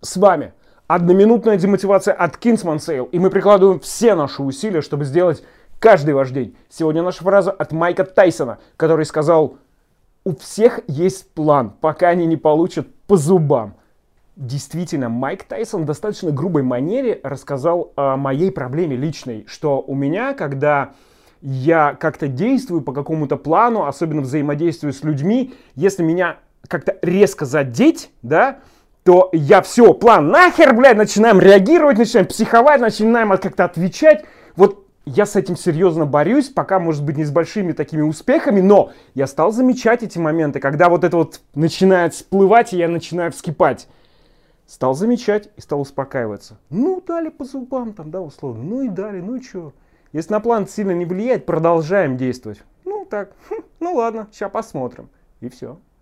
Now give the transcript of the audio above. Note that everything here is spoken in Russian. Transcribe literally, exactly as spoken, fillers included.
С вами одноминутная демотивация от Kingsman Sale, и мы прикладываем все наши усилия, чтобы сделать каждый ваш день. Сегодня наша фраза от Майка Тайсона, который сказал: у всех есть план, пока они не получат по зубам. Действительно, Майк Тайсон в достаточно грубой манере рассказал о моей проблеме личной, что у меня, когда я как-то действую по какому-то плану, особенно взаимодействую с людьми, если меня как-то резко задеть, да, то я все, план нахер, блядь, начинаем реагировать, начинаем психовать, начинаем как-то отвечать. Вот я с этим серьезно борюсь, пока, может быть, не с большими такими успехами, но я стал замечать эти моменты, когда вот это вот начинает всплывать, и я начинаю вскипать. Стал замечать и стал успокаиваться. Ну, дали по зубам там, да, условно. Ну и дали, ну и что? Если на план сильно не влияет, продолжаем действовать. Ну, так, хм, ну ладно, сейчас посмотрим. И все.